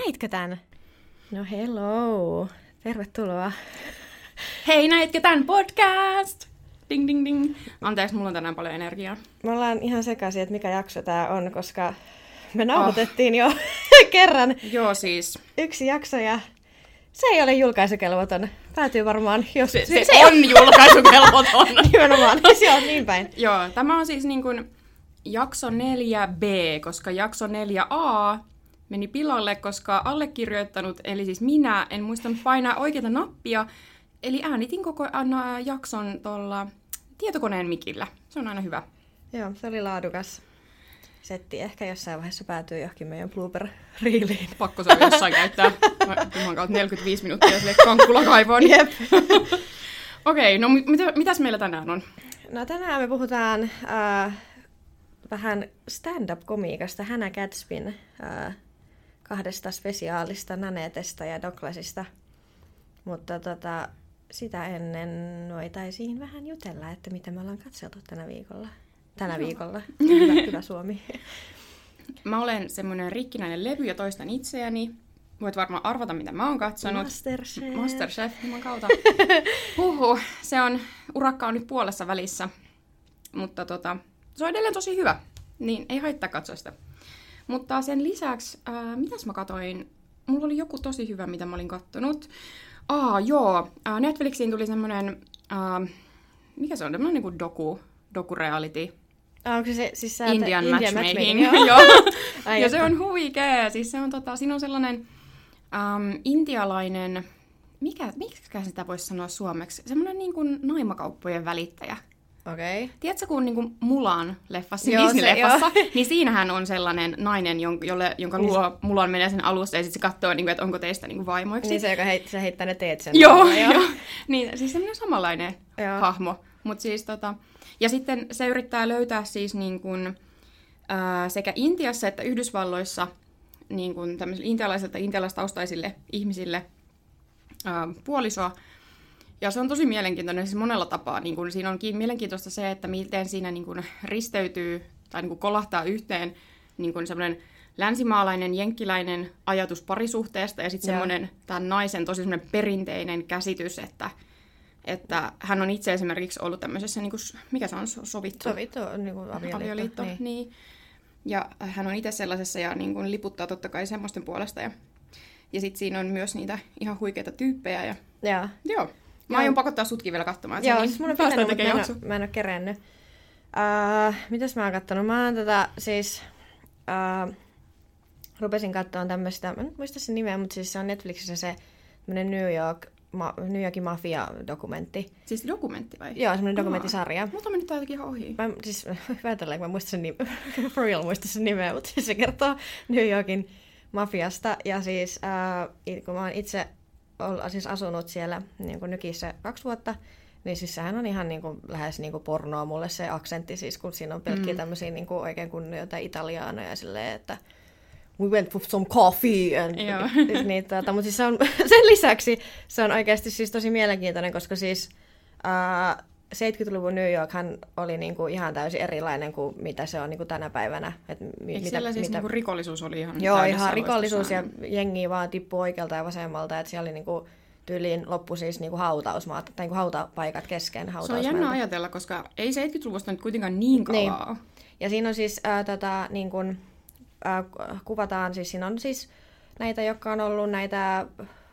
Näitkö tän? No hello. Tervetuloa. Hei, näitkö tän podcast? Ding, ding, ding. Anteeksi, mulla on tänään paljon energiaa. Me ollaan ihan sekaisin, että mikä jakso tää on, koska me nauhoitettiin jo kerran siis. yksi jakso ja se ei ole julkaisukelvoton. Päätyy varmaan, jos... Se on julkaisukelvoton. Nimenomaan, se on niin päin. Joo, tämä on siis niin kuin jakso 4b, koska jakso 4a meni pilalle, koska allekirjoittanut, eli siis minä, en muistanut painaa oikeata nappia, eli äänitin koko jakson tuolla tietokoneen mikillä. Se on aina hyvä. Joo, se oli laadukas setti. Ehkä jossain vaiheessa päätyy johonkin meidän blooper-reeliin. Pakko se on jossain käyttää. Juman kautta 45 minuuttia sille kankkulakaivoon. Jep. Okei, no mitäs meillä tänään on? No tänään me puhutaan vähän stand-up-komiikasta, Hannah Gadsbyn kahdesta spesiaalista, Nanetesta ja Douglasista. Mutta sitä ennen voitaisiin vähän jutella, että mitä me ollaan katseltu tänä viikolla. Hyvä Suomi. Mä olen semmoinen rikkinäinen levy ja toistan itseäni. Voit varmaan arvata, mitä mä oon katsonut. Masterchef, juman kautta. Urakka on nyt puolessa välissä. Mutta se on edelleen tosi hyvä. Niin ei haittaa katsoa sitä. Mutta sen lisäksi, mitäs mä katoin? Mulla oli joku tosi hyvä, mitä mä olin kattonut. Netflixiin tuli semmoinen, mikä se on? Tämmöinen niin kuin doku-reality. Onko se siis Indian Matchmaking. Joo. Ja se on huikea. Siis se on, siinä on sellainen intialainen, miksikä sitä voisi sanoa suomeksi? Semmoinen niin kuin naimakauppojen välittäjä. Okei. Tiedätkö, kun niin kuin Mulan leffassa, Disney-leffassa, niin siinähän on sellainen nainen, jonka luo Mulan menee sen alusta, ja sitten se katsoo, että onko teistä niin kuin vaimoiksi. Niin se, joka se heittää ne teet sen. Joo. Niin, siis semmoinen samanlainen hahmo. Mut siis, ja sitten se yrittää löytää siis niin kuin, sekä Intiassa että Yhdysvalloissa niin kuin tämmöisille intialaistaustaisille ihmisille puolisoa. Ja se on tosi mielenkiintoinen siis monella tapaa. Niin kun siinä onkin mielenkiintoista se, että miten siinä niin kun risteytyy tai niin kun kolahtaa yhteen niin kun semmoinen länsimaalainen, jenkkiläinen ajatus parisuhteesta ja sitten semmoinen tämän naisen tosi semmoinen perinteinen käsitys, että hän on itse esimerkiksi ollut tämmöisessä, niin kun, mikä se on, sovittu niin kuin avioliitto. Niin. Ja hän on itse sellaisessa ja niin kun liputtaa totta kai semmoisten puolesta. Ja sitten siinä on myös niitä ihan huikeita tyyppejä. Joo. Mä aion pakottaa sutkin vielä katsomaan. Joo, siis mun on pitänyt, mutta mä en ole kerennyt. Mitäs mä oon kattonut? Mä oon rupesin katsomaan tämmöistä, mä en muista sen nimeä, mutta siis se on Netflixissä se New Yorkin mafia-dokumentti. Siis dokumentti vai? Joo, semmoinen dokumenttisarja. Mutta on mennyt täältäkin ihan ohi. Päätellään, kun mä muistan sen nimeä. For real muistan sen nimeä, mutta siis se kertoo New Yorkin mafiasta. Ja siis kun mä oon itse siis asunut siellä niin kuin Nykissä 2 vuotta, niin siis sehän on ihan niin kuin, lähes niin kuin pornoa mulle se aksentti, siis kun siinä on pelkkiä tämmöisiä niin kuin oikein kunnon jotain italiaanoja silleen, että we went for some coffee. Mutta siis se on, sen lisäksi se on oikeasti siis tosi mielenkiintoinen, koska siis 70-luvun New Yorkhan oli niinku ihan täysin erilainen kuin mitä se on niinku tänä päivänä. Eikö siellä siis niinku rikollisuus oli ihan ihan rikollisuus ja jengi vaan tippui oikealta ja vasemmalta. Että siellä oli niinku tyyliin loppu siis niinku hautausmaat, tai niinku hautapaikat kesken. Se on jännä ajatella, koska ei 70-luvusta nyt kuitenkaan niin kauaa ole. Ja siinä on siis kuvataan, siis siinä on siis näitä, jotka on ollut näitä...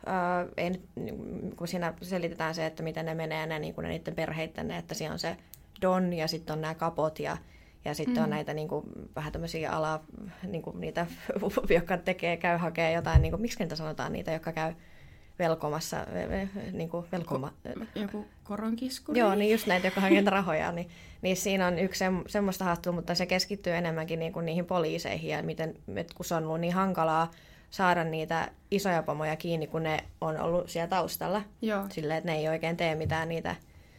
kun siinä selitetään se, että miten ne menee ne niiden perheitten, että siinä on se Don ja sitten on nämä kapot ja sitten on näitä vähän tämmöisiä niitä, jotka käy hakee jotain, miksi niitä sanotaan niitä, jotka käy velkomassa, joku koronkiskuri? Joo, niin just näitä, jotka hakee rahoja, niin siinä on yksi semmoista haastattelua, mutta se keskittyy enemmänkin niihin poliiseihin ja miten, kun se on ollut niin hankalaa saada niitä isoja pomoja kiinni, kun ne on ollut siellä taustalla. Joo. Silleen, että ne ei oikein tee mitään niitä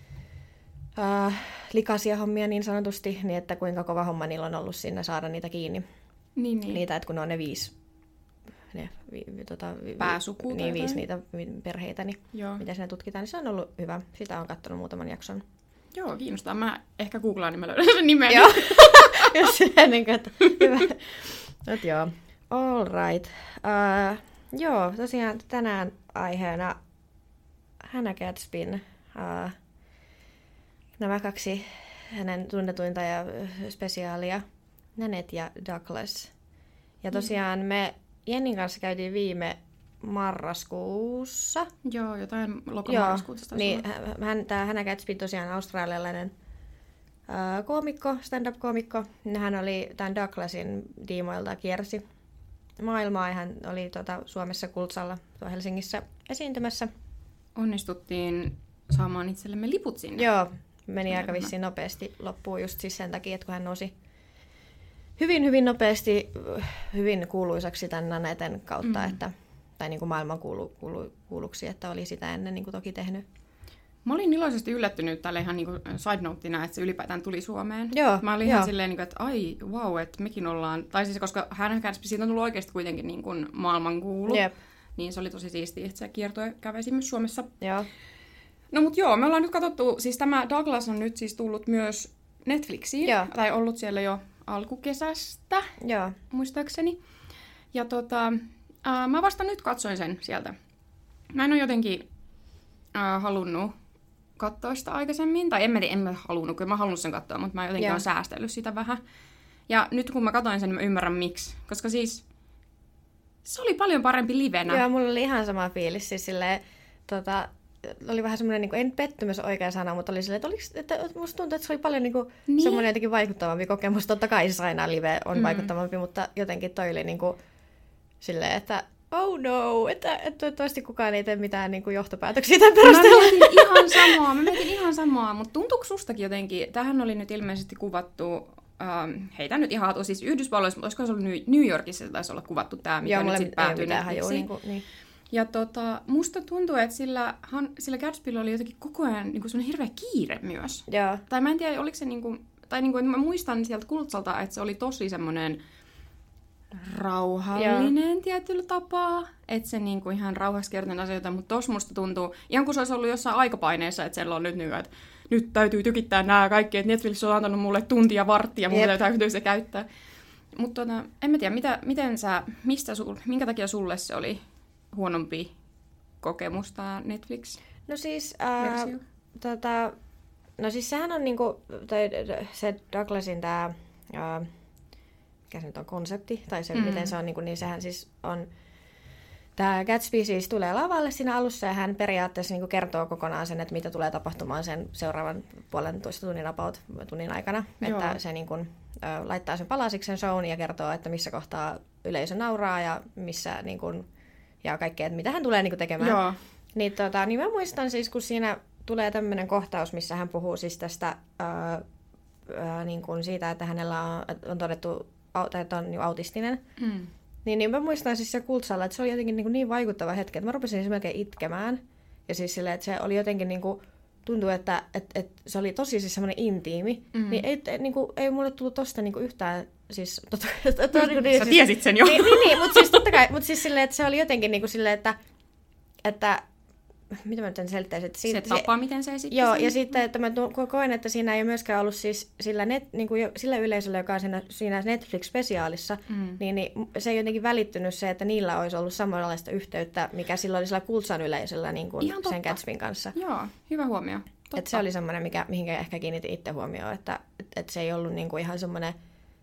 likaisia hommia niin sanotusti, niin että kuinka kova homma niillä on ollut sinne saada niitä kiinni. Niin. Niitä, että kun ne on ne 5 pääsukuja. Niin 5 niitä perheitä, niin mitä siinä tutkitaan, niin se on ollut hyvä. Sitä on katsonut muutaman jakson. Joo, kiinnostaa. Mä ehkä googlaan, niin mä löydän sen nimen. Joo, jos silleen, että hyvä. Nyt joo. All right. Joo, tosiaan tänään aiheena Hannah Gadsbyn nämä 2 hänen tunnetuinta ja spesiaalia, Nanette ja Douglas. Ja tosiaan me Jennin kanssa käytiin viime marraskuussa. Joo, jotain lokamarraskuuta. Niin, tämä Hannah Gadsby tosiaan australialainen koomikko, stand-up-koomikko. Hän oli tämän Douglasin tiimoilta kiersi maailmaa ja hän oli Suomessa Kultsalla Helsingissä esiintymässä. Onnistuttiin saamaan itsellemme liput sinne. Joo, meni aika vissiin nopeasti loppuun just siis sen takia, että kun hän nousi hyvin nopeasti hyvin kuuluisaksi tämän Naneten kautta, tai niin kuin maailman kuuluksi, että oli sitä ennen niin kuin toki tehnyt. Mä olin iloisesti yllättynyt tälle ihan niin kuin side noteina, että se ylipäätään tuli Suomeen. Joo, mä olin ihan silleen, että ai, wow, että mekin ollaan, tai siis koska Hannah Gadsby siitä on tullut oikeasti kuitenkin niin kuin maailmankuulu, niin se oli tosi siistiä, että se kiertue kävisi myös Suomessa. Joo. No mut joo, me ollaan nyt katsottu, siis tämä Douglas on nyt siis tullut myös Netflixiin, tai ollut siellä jo alkukesästä, muistaakseni. Ja mä vasta nyt katsoin sen sieltä. Mä en ole jotenkin halunnut katsoa sitä aikaisemmin, tai en mä halunnut, kyllä mä halunnut sen katsoa, mutta mä jotenkin olen säästellyt sitä vähän. Ja nyt kun mä katsoin sen, niin mä ymmärrän miksi, koska siis se oli paljon parempi livenä. Joo, mulla oli ihan sama fiilis, siis silleen, oli vähän semmoinen, niin en pettymys oikea sana, mutta oli silleen, että musta tuntuu, että se oli paljon niin semmoinen jotenkin vaikuttavampi kokemus. Totta kai siis aina live on vaikuttavampi, mutta jotenkin toi oli niin kuin, silleen, että oh no, että toivottavasti kukaan ei tee mitään niin kuin johtopäätöksiä tämän perusteella. Mä mietin ihan samaa, mutta tuntuuko sustakin jotenkin, tähän oli nyt ilmeisesti kuvattu, heitä nyt ihan siis Yhdysvalloissa, mutta olisiko se ollut New Yorkissa, se taisi olla kuvattu tämä, mikä nyt sitten päätyi Netflixiin. Niin. Ja musta tuntuu, että sillä Gadsbyllä oli jotenkin koko ajan niin semmoinen hirveä kiire myös. Joo. Tai mä en tiedä, oliko se tai mä muistan sieltä Kultsalta, että se oli tosi semmoinen rauhallinen tietyllä tapaa. Että se ihan rauhassa kertoo asioita, mutta tossa musta tuntuu, ihan kun se olisi ollut jossain aikapaineessa, että siellä on nyt että nyt täytyy tykittää nämä kaikki, että Netflix on antanut mulle tuntia varttia, mulle täytyy se käyttää. Mutta en mä tiedä, minkä takia sulle se oli huonompi kokemus tämä Netflix? No siis, sehän on niinku, se Douglasin tämä, mikä se nyt on, konsepti, tai se, miten se on, niin sehän siis on, tämä Gatsby siis tulee lavalle siinä alussa, ja hän periaatteessa niinku kertoo kokonaan sen, että mitä tulee tapahtumaan sen seuraavan 1,5 tunnin aikana. Joo. Että se niinku, laittaa sen palasiksi sen shown ja kertoo, että missä kohtaa yleisö nauraa, ja missä niinku, ja kaikkea, että mitä hän tulee niinku tekemään. Joo. Niin mä muistan siis, kun siinä tulee tämmöinen kohtaus, missä hän puhuu siis tästä niin kuin siitä, että hänellä on todettu, että on autistinen. Niin mä muistan siis se Kultsalla, että se oli jotenkin niin vaikuttava hetki, että mä rupesin siis melkein itkemään. Ja siis silleen, että se oli jotenkin niinku, tuntui, että se oli tosi siis semmoinen intiimi. Niin ei mulle tullut tosta niinku yhtään, siis sä tiesit sen jo. Niin, mutta siis totta kai, mutta siis silleen, että se oli jotenkin niinku silleen, että mitä mä nyt selittäisin? Se tapa, miten se esitti Joo, sen. ja sitten, että mä koen, että siinä ei ole myöskään ollut siis sillä yleisöllä, joka on siinä Netflix-spesiaalissa, niin se ei jotenkin välittynyt se, että niillä olisi ollut samanlaista yhteyttä, mikä silloin oli sillä Kultsan yleisöllä niin kuin sen Gatsbyn kanssa. Joo, hyvä huomio. Että se oli semmoinen, mihinkä ehkä kiinnitin itse huomioon, että se ei ollut niin kuin ihan semmoinen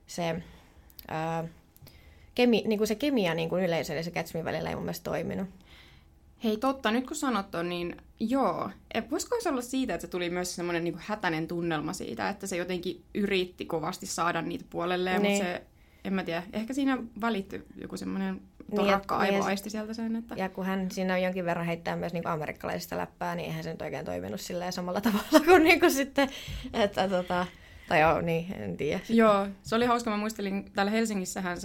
se kemia niin kuin yleisön ja se Gatsbyn välillä ei mun mielestä toiminut. Hei, totta, nyt kun sanot on, niin joo. Voisiko se olla siitä, että se tuli myös semmoinen niin kuin hätäinen tunnelma siitä, että se jotenkin yritti kovasti saada niitä puolelleen, mutta se, en mä tiedä, ehkä siinä välittyi joku semmoinen rakka aivoaisti sieltä sen, että... Ja kun hän siinä on jonkin verran heittää myös niin kuin amerikkalaisista läppää, niin eihän se nyt oikein toiminut silleen samalla tavalla kuin, niin kuin sitten, että tai joo, niin, en tiedä. Joo, se oli hauska, mä muistelin, täällä Helsingissähän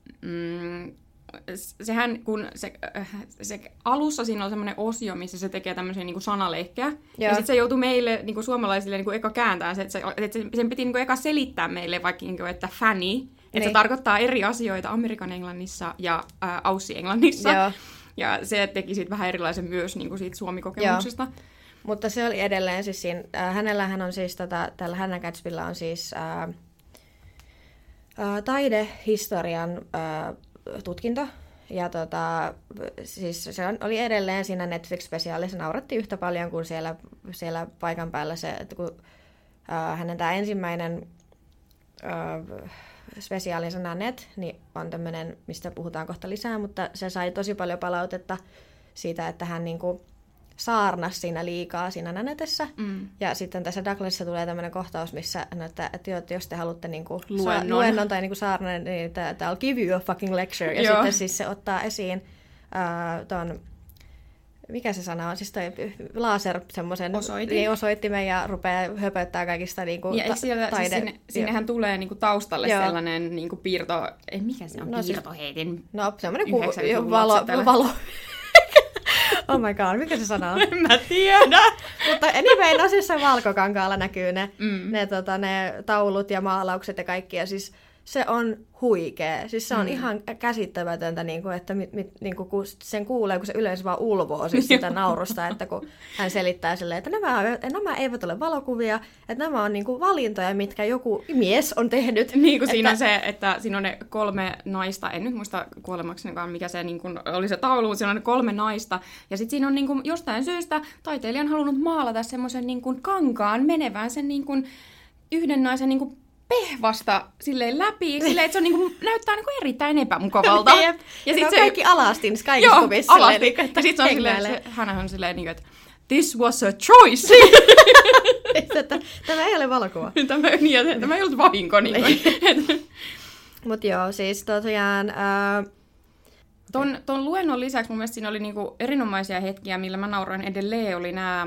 sehän, kun se alussa siinä on semmoinen osio, missä se tekee tämmöisiä niin kuin sanaleikkiä. Ja sitten se joutui meille niin kuin suomalaisille niin kuin eka kääntää, että sen piti niin kuin eka selittää meille vaikka, niin kuin, että fanny, että se tarkoittaa eri asioita Amerikan englannissa ja Aussi-englannissa. Joo. Ja se teki siitä vähän erilaisen myös niin kuin siitä suomikokemuksesta. Joo. Mutta se oli edelleen siis siinä, hänellähän on siis, tällä Hannah Gadsbyllä on siis taidehistorian tutkinto, Ja siis se oli edelleen siinä Netflix-spesiaalissa, nauratti yhtä paljon kuin siellä paikan päällä se, että kun hänen tämä ensimmäinen spesiaalinsa Nanette, niin on tämmöinen, mistä puhutaan kohta lisää, mutta se sai tosi paljon palautetta siitä, että hän niinku saarnasi siinä liikaa siinä Nanetessa. Ja sitten tässä Douglasissa tulee tämmöinen kohtaus, missä että jos te haluatte niinku luennon tai niinku saarnan, niin että I'll give you a fucking lecture. Ja sitten siis se ottaa esiin ton, mikä se sana on, siis toi laser semmoisen osoittimen ja rupeaa höpöttää kaikista niinku sinnehän tulee niinku taustalle sellainen niinku piirto, mikä se on, piirtoheitin. No semmoinen valo. Oh my god, mikä se sana on? En mä tiedä. Mutta anyway, no siis se valkokankaalla näkyy ne taulut ja maalaukset ja kaikki. Ja siis se on huikea. Siis se on ihan käsittämätöntä, että kun sen kuulee, kun se yleensä vaan ulvoo siis sitä naurusta, että kun hän selittää silleen, että nämä eivät ole valokuvia, että nämä on valintoja, mitkä joku mies on tehnyt. Niin kuin siinä on se, että siinä on ne 3 naista, en nyt muista kuolemaksenikaan, mikä se oli se taulu, mutta siinä on ne 3 naista. Ja sitten siinä on jostain syystä taiteilija on halunnut maalata semmoisen kankaan menevän sen yhden naisen pehvasta silleen läpi, silleen, että se on näyttää erittäin epämukavalta. Ja sitten kaikki alastin, kaikissa kuvissa. Ja sitten se on silleen, hänhän on silleen, että this was a choice. Tämä ei ole valokuva. Tämä ei ollut vahinko. Mutta joo, siis tosiaan... Ton luennon lisäksi mun mielestä siinä oli erinomaisia hetkiä, millä mä nauroin edelleen, oli nämä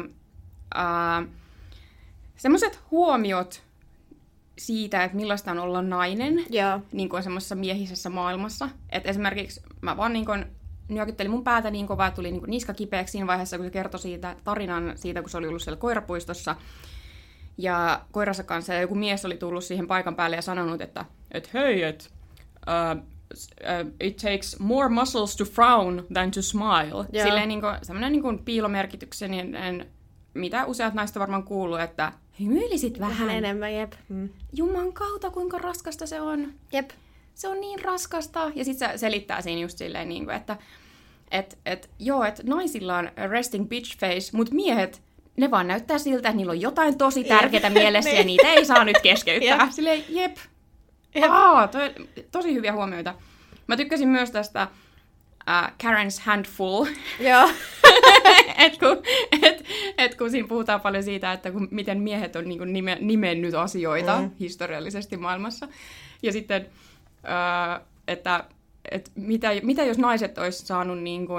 semmoiset huomiot siitä, että millaista on olla nainen semmoisessa miehisessä maailmassa. Et esimerkiksi mä vaan nyökyttelin mun päätä niin kovaa, että tuli niska kipeäksi siinä vaiheessa, kun se kertoi siitä tarinan siitä, kun se oli ollut siellä koirapuistossa. Ja koiransa kanssa joku mies oli tullut siihen paikan päälle ja sanonut, että hei, it takes more muscles to frown than to smile. Yeah. Silleen semmoinen piilomerkityksellinen, mitä useat naista varmaan kuuluu, että hymyilisit vähän enemmän, jep. Juman kautta, kuinka raskasta se on. Jep. Se on niin raskasta. Ja sitten se selittää siinä just silleen, että naisilla on resting bitch face, mutta miehet, ne vaan näyttää siltä, että niillä on jotain tosi tärkeää mielessä ja niitä ei saa nyt keskeyttää. Silleen, jep. Tosi hyviä huomioita. Mä tykkäsin myös tästä Karen's Handful. Joo. kun siinä puhutaan paljon siitä, että miten miehet on nimennyt asioita historiallisesti maailmassa. Ja sitten, että mitä jos naiset olisi saanut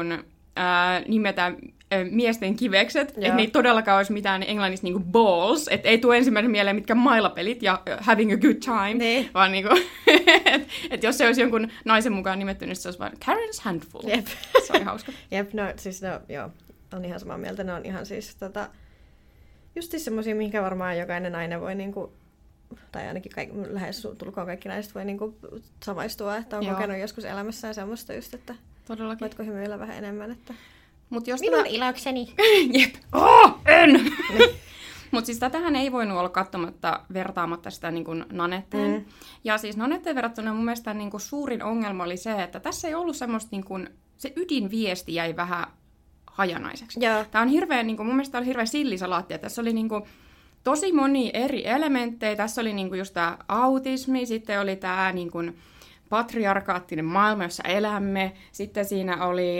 nimetä miesten kivekset, että ne ei todellakaan olisi mitään englannista balls, että ei tule ensimmäisen mieleen mitkä mailapelit ja having a good time, vaan että jos se olisi jonkun naisen mukaan nimetty, niin se olisi vain Karen's Handful. Jep. Se oli hauska. Jep, joo, on ihan samaa mieltä. Ne on ihan siis just semmoisia, mihinkä varmaan jokainen nainen voi tai ainakin lähes tulkoon kaikki naiset voi samaistua, että on kokenut joskus elämässään semmoista just, että todellakin. Voitko hymyillä vähän enemmän, että minun ilokseni. Jep. En! Mutta siis tätähän ei voinut olla katsomatta, vertaamatta sitä Nanetteen. Ja siis Nanetteen verrattuna mun mielestä suurin ongelma oli se, että tässä ei ollut semmoista, se ydinviesti jäi vähän hajanaiseksi. Tämä on hirveän, mun mielestä oli hirveän sillisalaatti, tässä oli tosi moni eri elementtejä. Tässä oli just tämä autismi, sitten oli tämä patriarkaattinen maailma, jossa elämme. Sitten siinä oli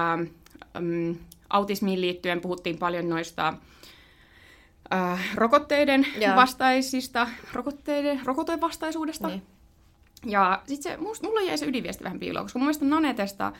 autismiin liittyen puhuttiin paljon noista rokotteiden vastaisista, rokoteen vastaisuudesta. Niin. Ja sitten mulla jäi se ydinviesti vähän piiloon, koska mun mielestä Nanetesta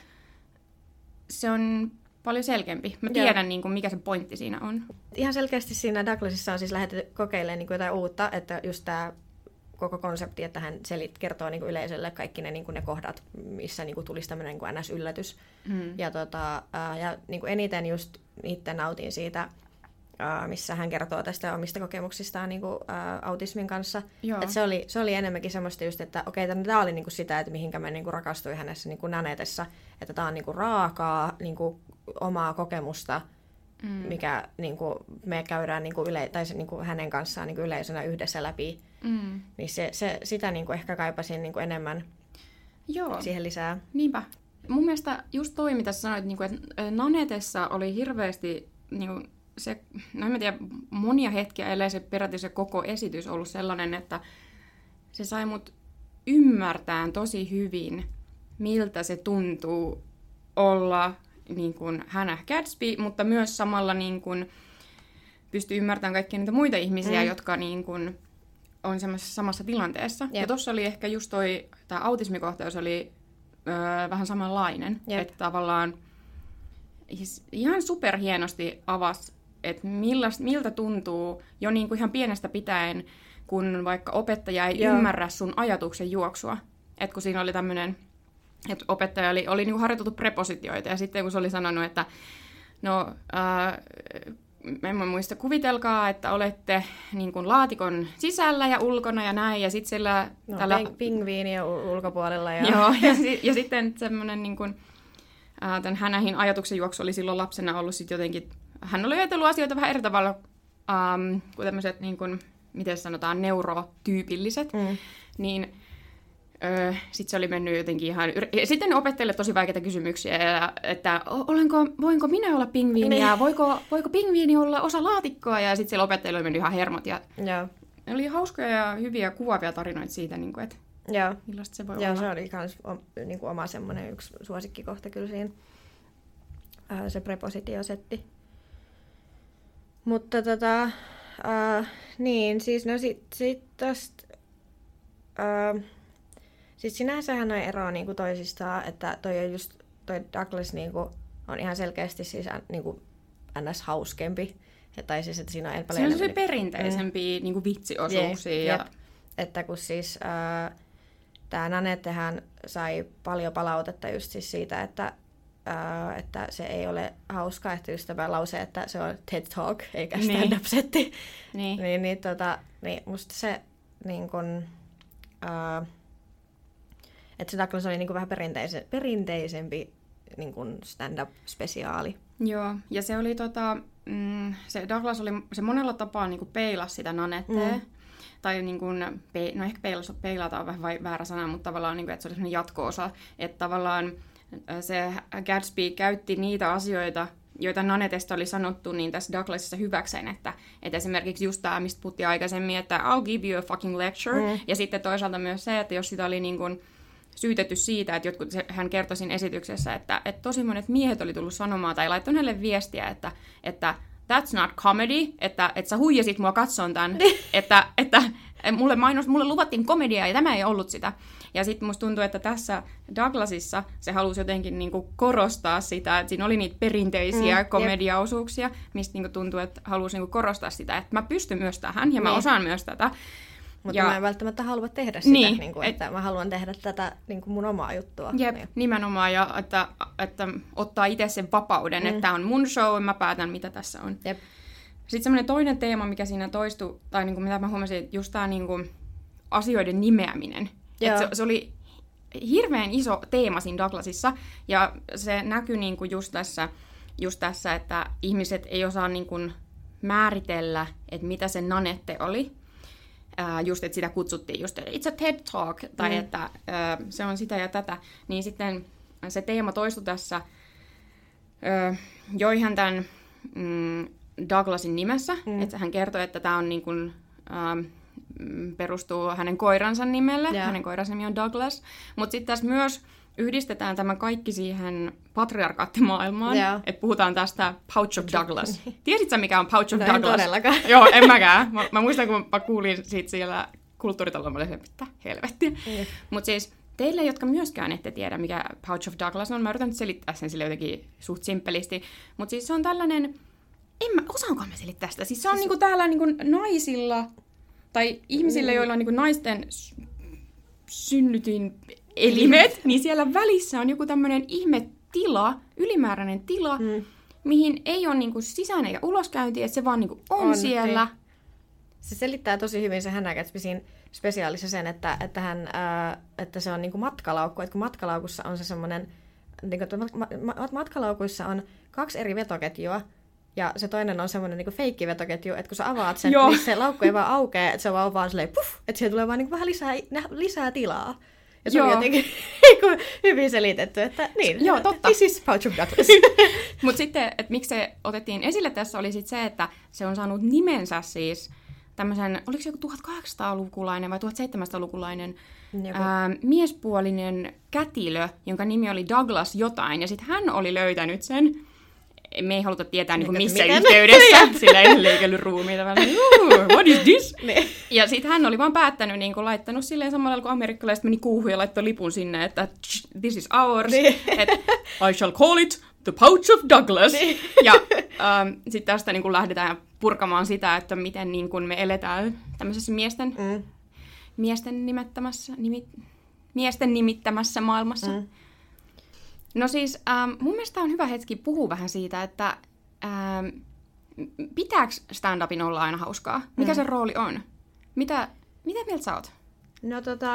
se on paljon selkeämpi. Mä tiedän, mikä se pointti siinä on. Ihan selkeästi siinä Douglasissa on siis lähdetty kokeilemaan jotain uutta, että just tämä koko konsepti, että hän kertoo yleisölle kaikki ne kohdat, missä tulisi tämmöinen NS-yllätys. Ja eniten just itse nautin siitä, missä hän kertoo tästä omista kokemuksistaan autismin kanssa. Et se oli enemmänkin semmoista just, että okei, tämä oli sitä, että mihinkä mä rakastuin hänessä Nanetessa, että tämä on raakaa omaa kokemusta, mikä me käydään hänen kanssaan yleisönä yhdessä läpi. Niin sitä ehkä kaipasin enemmän siihen lisää. Niinpä. mun mielestä just toi, mitä sä sanoit, niin kuin, että Nanetessa oli hirveästi niin kuin, se, no en mä tiedä, monia hetkiä, ellei se peräti se koko esitys ollut sellainen, että se sai mut ymmärtää tosi hyvin, miltä se tuntuu olla niin kuin Hannah Gadsby, mutta myös samalla niin kuin pystyy ymmärtämään kaikkia niitä muita ihmisiä, jotka niin kuin on semmoisessa samassa tilanteessa. Yep. Ja tuossa oli ehkä just tämä autismikohtaus oli vähän samanlainen. Yep. Että tavallaan ihan superhienosti avasi, että miltä tuntuu jo niin kuin ihan pienestä pitäen, kun vaikka opettaja ei ymmärrä sun ajatuksen juoksua. Että kun siinä oli tämmöinen, että opettaja oli niin kuin harjoiteltu prepositioita, ja sitten kun se oli sanonut, että no, en muista, kuvitelkaa, että olette niin kuin laatikon sisällä ja ulkona ja näin, ja sitten sillä... No, pingviini ulkopuolella. Joo, ja sitten semmoinen niin kuin, tämän Hannahyn ajatuksen juoksu oli silloin lapsena ollut sitten jotenkin... Hän oli ajatellut asioita vähän eri tavalla kuin tämmöiset, niin kuin, miten sanotaan, neurotyypilliset, niin... Sitten se oli mennyt jotenkin ihan... Sitten opettajille tosi vaikeita kysymyksiä, että voinko minä olla pingviini ja voiko pingviini olla osa laatikkoa? Ja sitten siellä opettajille oli mennyt ihan hermot. Ja oli hauskoja ja hyviä kuvaavia tarinoita siitä, niin kuin, että millaista se voi olla. Se oli myös niin kuin oma semmoinen yksi suosikkikohta kyllä siinä, se prepositiosetti. Mutta niin, siis no sit tosta... Siis sinänsähän noin eroaa niinku toisistaan, että toi Douglas niinku on ihan selkeästi siis niinku ns. Hauskempi. Tai siis, että siinä on paljon... Siinä on se perinteisempiä niinku vitsiosuuksia. Jep. Että kun siis tää Nanettehän sai paljon palautetta just siis siitä, että se ei ole hauskaa, että just tämä lause, että se on TED Talk eikä stand-up-setti. Niin musta se niin kun... Että se Douglas oli niinku vähän perinteisempi niinku stand-up-spesiaali. Joo, ja se oli se Douglas oli, se monella tapaa niinku peilasi sitä Nanettea. Tai niinku, no ehkä peilata on vähän väärä sana, mutta tavallaan niinku, että se oli sellainen jatko-osa. Että tavallaan se Gadsby käytti niitä asioita, joita Nanetesta oli sanottu, niin tässä Douglasissa hyväkseen, että esimerkiksi just tämä, mistä puhuttiin aikaisemmin, että I'll give you a fucking lecture. Ja sitten toisaalta myös se, että jos sitä oli niin kuin syytetty siitä, että hän kertoi siinä esityksessä, että tosi monet miehet oli tullut sanomaan tai laittanut hänelle viestiä, että that's not comedy, että sä huijasit mua katsomaan tämän, että mulle luvattiin komediaa ja tämä ei ollut sitä. Ja sitten musta tuntuu, että tässä Douglasissa se halusi jotenkin niinku korostaa sitä, että siinä oli niitä perinteisiä komediaosuuksia, mistä niinku tuntuu, että halusi niinku korostaa sitä, että mä pystyn myös tähän ja mä osaan myös tätä. Mutta mä en välttämättä halua tehdä sitä, että mä haluan tehdä tätä mun omaa juttua. Jep, nimenomaan, ja että ottaa itse sen vapauden, että tämä on mun show ja mä päätän, mitä tässä on. Jep. Sitten semmoinen toinen teema, mikä siinä toistui, tai niin kuin mitä mä huomasin, just tämä niin kuin asioiden nimeäminen. Että se oli hirveän iso teema siinä Douglasissa, ja se näkyi niin kuin just tässä, että ihmiset ei osaa niin kuin määritellä, että mitä se Nanette oli. Just, että sitä kutsuttiin just, it's a TED Talk, tai että se on sitä ja tätä. Niin sitten se teema toistui tässä, joihan tämän Douglasin nimessä, että hän kertoi, että tämä on niin kuin, perustuu hänen koiransa nimelle, hänen koiransa nimi on Douglas, mutta sitten tässä myös yhdistetään tämä kaikki siihen patriarkaattimaailmaan, että puhutaan tästä Pouch of Douglas. Tiesitkö mikä on Pouch of Douglas? En todellakaan. Joo, en mäkään. Mä muistan, kun mä kuulin siitä siellä kulttuuritalolla, mä olin että mitä helvettiä. Mutta siis teille, jotka myöskään ette tiedä, mikä Pouch of Douglas on, mä yritän selittää sen sille jotenkin suht simppelisti, mutta siis se on tällainen, osaanko mä selittää sitä? Siis se on niinku täällä niinku naisilla, tai ihmisillä, joilla on niinku naisten synnytyin elimet, niin siellä välissä on joku tämmöinen ihme tila, ylimääräinen tila, mihin ei ole niinku sisään- eikä uloskäyntiä, että se vaan niinku on siellä. Niin. Se selittää tosi hyvin se Hannah Gadsbyn spesiaalissa sen, että se on niinku matkalaukku, että kun matkalaukussa on se semmoinen, niinku, matkalaukuissa on 2 eri vetoketjua, ja se toinen on semmoinen niinku feikkivetoketju, että kun sä avaat sen, niin se laukku ei vaan aukea, että se on vaan silleen puff, että siihen tulee vaan niinku vähän lisää tilaa. Ja se oli jotenkin hyvin selitetty, että niin, joo, totta. This is Pouch of Douglas. Mutta sitten, että miksi se otettiin esille tässä, oli sit se, että se on saanut nimensä siis tämmöisen, oliko se joku 1800-lukulainen vai 1700-lukulainen miespuolinen kätilö, jonka nimi oli Douglas jotain, ja sitten hän oli löytänyt sen. Me ei haluta tietää niin missä yhteydessä, sillä ei leikellyt ruumiita. What is this? Ja sitten hän oli vaan päättänyt, niin kuin, laittanut silleen samalla lailla kuin amerikkalaiset meni kuuhun ja laittoi lipun sinne, että this is ours, että I shall call it the Pouch of Douglas. Ja sitten tästä niin kuin lähdetään purkamaan sitä, että miten niin kuin me eletään tämmöisessä miesten nimittämässä maailmassa. No siis mun mielestä on hyvä hetki puhua vähän siitä, että pitääkö stand-upin olla aina hauskaa? Mikä se rooli on? Mitä mieltä sä oot? No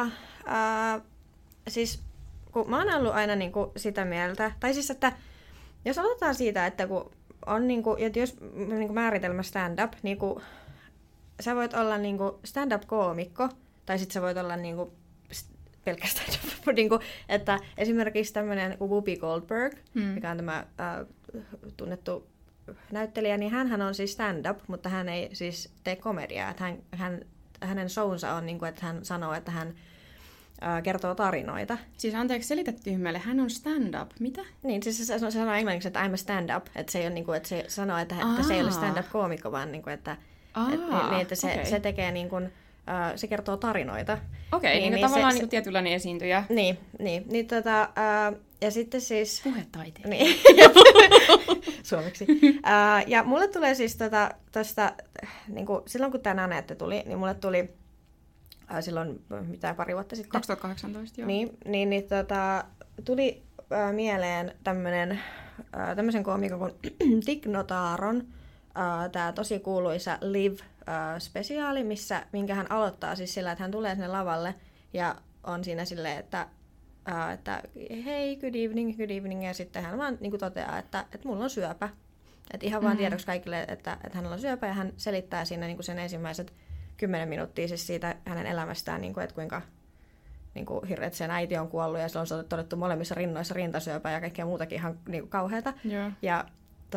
siis kun mä oon ollut aina niinku sitä mieltä, tai siis että jos aloitetaan siitä, että kun on niinku, että jos niinku määritelmä stand-up, niinku, sä voit olla niinku stand-up-koomikko, tai sit sä voit olla niinku pelkästään niinku, että esimerkiksi tämmöinen Whoopi Goldberg, mikä on tämä tunnettu näyttelijä, niin hänhän on siis stand-up, mutta hän ei siis tee komediaa. Että hänen shownsa on, niin kuin, että hän sanoo, että hän kertoo tarinoita. Siis anteeksi, selitä tyhmälle, hän on stand-up. Mitä? Niin, siis se sanoo englanniksi, että I'm a stand-up. Että se ei ole niin kuin, että se sanoo, että se ei ole stand-up-koomikko, vaan niin kuin, että se tekee niin kuin, se kertoo tarinoita. Okei, niin tavallaan niin tietynlainen esiintyjä. Niin, ja sitten siis puhetaiteilija. Niin. Suomeksi. Ja mulle tulee siis tästä, niin kuin, silloin kun tämä Nanette tuli, niin mulle tuli silloin pari vuotta sitten. 2018, joo. Niin tuli mieleen tämmöisen koomikon kuin Tig Notaron, tämä tosi kuuluisa Live-spesiaali, minkä hän aloittaa siis sillä, että hän tulee sinne lavalle ja on siinä silleen, että hei, good evening, ja sitten hän vaan niin kuin toteaa, että mulla on syöpä. Että ihan vaan tiedoksi kaikille, että hänellä on syöpä, ja hän selittää siinä niin kuin sen ensimmäiset 10 minuuttia siis siitä hänen elämästään, niin kuin, että kuinka niin kuin hirveät sen äiti on kuollut, ja sillä on todettu molemmissa rinnoissa rintasyöpää ja kaikkea muutakin ihan niin kuin kauheata. Yeah. Ja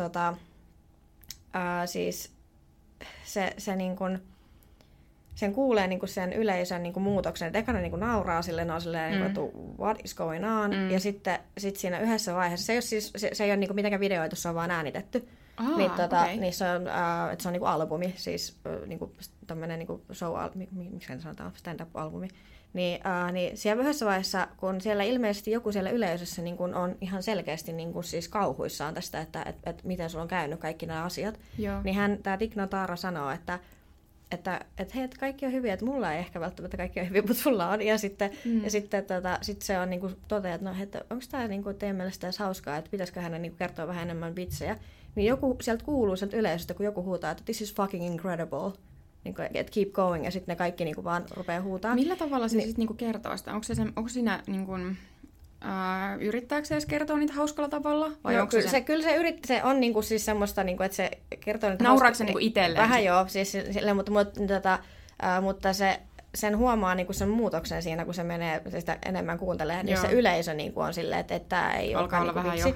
siis se niin kuin, sen kuulee niin kuin sen yleisön niin kuin muutoksen, että ekana niin kuin nauraa silleen, niin että what is going on, ja sitten siinä yhdessä vaiheessa, se ei ole niin kuin mitenkään videoitu, se on vaan äänitetty, niin, niin se on, että se on niin kuin albumi, siis niin kuin tämmöinen niin kuin miksi sanotaan, stand-up-albumi, niin siellä yhdessä vaiheessa, kun siellä ilmeisesti joku siellä yleisössä niin kuin on ihan selkeästi niin kuin siis kauhuissaan tästä, että miten sulla on käynyt kaikki nämä asiat, niin tämä Tig Notaro sanoo, että hei, että kaikki on hyviä, että mulla ei ehkä välttämättä kaikki on hyviä, mutta sulla on. Ja sitten sit se on niinku toteaa, että no, että onko tämä niinku teidän mielestä edes hauskaa, että pitäisikö hänen niinku kertoa vähän enemmän vitsejä. Niin joku sieltä kuuluu sieltä yleisöstä, kun joku huutaa, että this is fucking incredible. Niinku, että keep going, ja sitten ne kaikki niinku vaan rupeaa huutaa. Millä tavalla se sitten niinku kertoo sitä? Onko siinä niinku, yrittääkö se edes kertoa niitä hauskalla tavalla? Vai no, kyllä se yrittää, se on niinku siis semmoista, niinku, että se kertoo niitä nauraako se niinku itselleen? Vähän joo, siis, mutta sen huomaa niinku sen muutoksen siinä, kun se menee sitä enemmän kuuntelemaan, niin se yleisö niinku on silleen, että tämä ei olekaan niinku vitsi.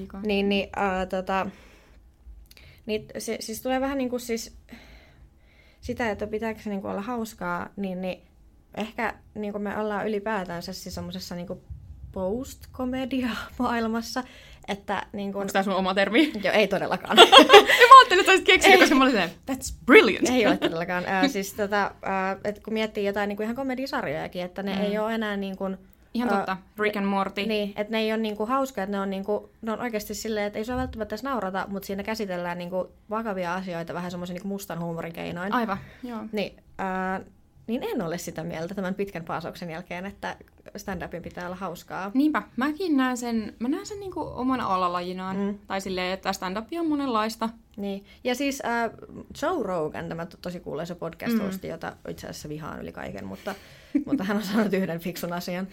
Niin se siis tulee vähän niinku siis sitä, että pitääkö se niinku olla hauskaa, niin ehkä niinku me ollaan ylipäätänsä siis semmoisessa niinku post-komedia-maailmassa, että niin onko tämä sun oma termi? Joo, ei todellakaan. Mä ajattelin, että olisit keksinyt, koska mä olin silleen, that's brilliant! Ei ole todellakaan. Siis että kun miettii jotain niin kuin ihan komedisarjojakin, että ne ei ole enää niin kuin, ihan totta, Rick and Morty. Niin, että ne ei ole niin kuin hauskoja, että ne on oikeasti silleen, että ei sua välttämättä edes naurata, mutta siinä käsitellään niin kuin vakavia asioita vähän semmoisen niin kuin mustan huumorin keinoin. Aivan, joo. Niin en ole sitä mieltä tämän pitkän paasauksen jälkeen, että stand-upin pitää olla hauskaa. Niinpä. Mäkin näen sen niin kuin omana alalajinaan. Tai silleen, että stand-up on monenlaista. Niin. Ja siis Joe Rogan, tämä tosi kuuluisa podcast-hosti, jota itse asiassa vihaan yli kaiken, mutta hän on sanonut yhden fiksun asian.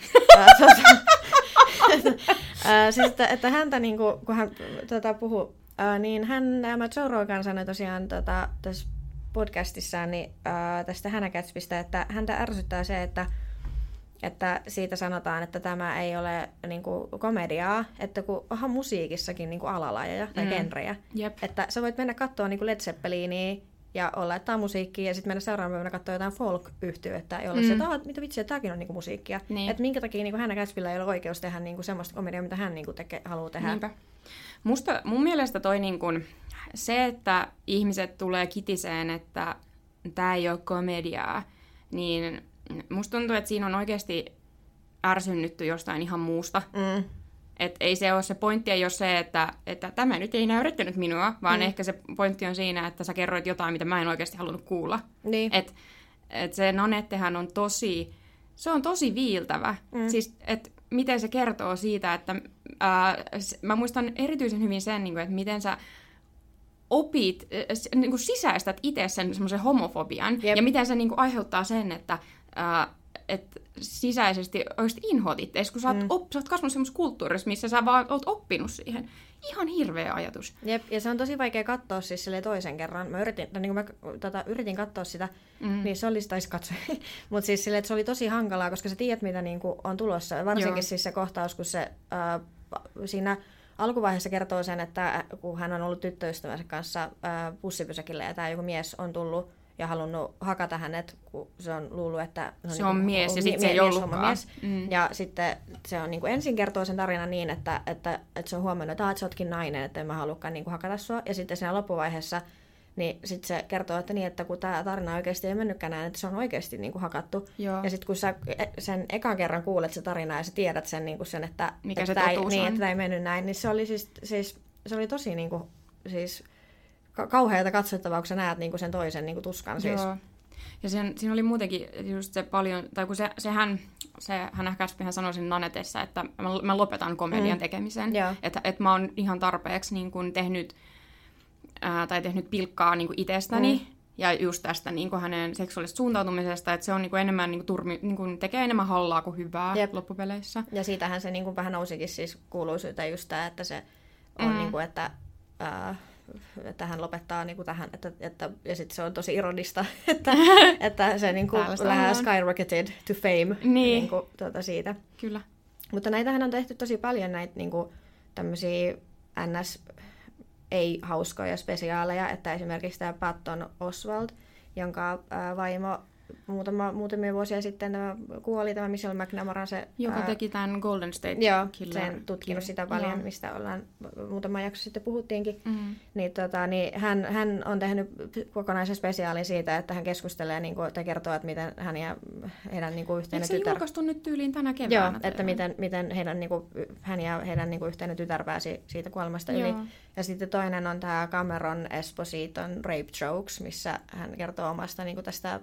Siis, että häntä, niin kun hän puhuu, niin Joe Rogan sanoi tosiaan tässä podcastissaan niin, tästä hänäkätspistä, että häntä ärsyttää se, että että siitä sanotaan, että tämä ei ole niin kuin komediaa, että kun onhan musiikissakin niin kuin alalajeja tai genrejä, että sä voit mennä katsoa niin kuin Led Zeppelinia ja olla, että tämä on musiikkia, ja sitten mennä seuraavana päivänä katsoa jotain folk-yhtyettä, ja olla se, että mitä vitsiä, tämäkin on niinku musiikkia. Niin. Että minkä takia niinku Hannah Gadsbyllä ei ole oikeus tehdä niinku semmoista komediaa, mitä hän niinku haluaa tehdä. Niinpä. Mun mielestä toi niinku, se, että ihmiset tulee kitiseen, että tämä ei ole komediaa, niin musta tuntuu, että siinä on oikeasti ärsynnytty jostain ihan muusta. Että ei se ole se pointti, ei ole se, että tämä nyt ei näyrittänyt minua, vaan ehkä se pointti on siinä, että sä kerroit jotain, mitä mä en oikeasti halunnut kuulla. Niin. Et se Nanettehän on tosi viiltävä. Siis, että miten se kertoo siitä, että mä muistan erityisen hyvin sen, että miten sä opit, niin sisäistät itse sen semmoisen homofobian, ja miten se niin aiheuttaa sen, että sisäisesti oikeasti inhoat itseäsi, kun sä oot kasvanut semmoisessa kulttuurissa, missä sä vaan oot oppinut siihen. Ihan hirveä ajatus. Jep, ja se on tosi vaikea katsoa siis toisen kerran. Mä yritin katsoa sitä, niin se oli taisi katsoa. Mutta siis silleen, että se oli tosi hankalaa, koska sä tiedät, mitä niinku on tulossa. Varsinkin siis se kohtaus, kun se siinä alkuvaiheessa kertoo sen, että kun hän on ollut tyttöystävänsä kanssa bussipysäkillä ja tämä joku mies on tullut ja halunnut hakata hänet, kun se on luullut, että se on mies ja sitten se ei ollutkaan. Ja sitten se on niin kuin ensin kertoo sen tarinan niin, että se on huomannut, että sä ootkin nainen, että en mä halukaan niin kuin hakata sua. Ja sitten siinä loppuvaiheessa niin sitten se kertoo, että niin, että kun tämä tarina oikeasti ei mennytkään näin, että se on oikeasti niin kuin hakattu. Joo. Ja sitten kun sä sen ekan kerran kuulet se tarina ja sä tiedät sen, niin kuin sen että mikä että se totuus on. Että tämä ei mennyt näin, niin se oli siis se oli tosi niin kuin, siis kauheata katsottavaa, kun sä näet niin kuin sen toisen niin kuin tuskan. Siis. Joo. Ja siinä oli muutenkin just se paljon, tai kun hän Gadsbyhän sanoi sen Nanetessa, että mä lopetan komedian tekemisen. Että mä oon ihan tarpeeksi niin kuin tehnyt pilkkaa niin kuin itsestäni. Ja just tästä niin kuin hänen seksuaalisesta suuntautumisesta, että se on niin kuin enemmän niin kuin tekee enemmän hallaa kuin hyvää loppupeleissä. Ja siitähän se niin kuin vähän nousikin siis kuuluisuuteen just tämä, että se on niin kuin, että hän lopettaa niin kuin tähän, ja sitten se on tosi ironista, että se niin kuin lähes skyrocketed to fame niin kuin, siitä. Kyllä. Mutta näitähän on tehty tosi paljon näitä niin kuin tämmöisiä NS ei-hauskoja spesiaaleja, että esimerkiksi tämä Patton Oswalt, jonka vaimo muutamia vuosia sitten kuoli, tämä Michelle McNamara. Joka teki tämän Golden State Killer. Joo, sen tutkinut sitä paljon, mistä ollaan muutama jakso sitten puhuttiinkin. Niin, hän on tehnyt kokonaisen spesiaalin siitä, että hän keskustelee tai kertoo, että miten hän ja heidän yhteinen tytär... Eikö se julkaistu nyt tyyliin tänä keväänä? Joo, että miten hän ja heidän yhteinen tytär pääsi siitä kuolemasta yli. Ja sitten toinen on tämä Cameron Espositon Rape Jokes, missä hän kertoo omasta tästä...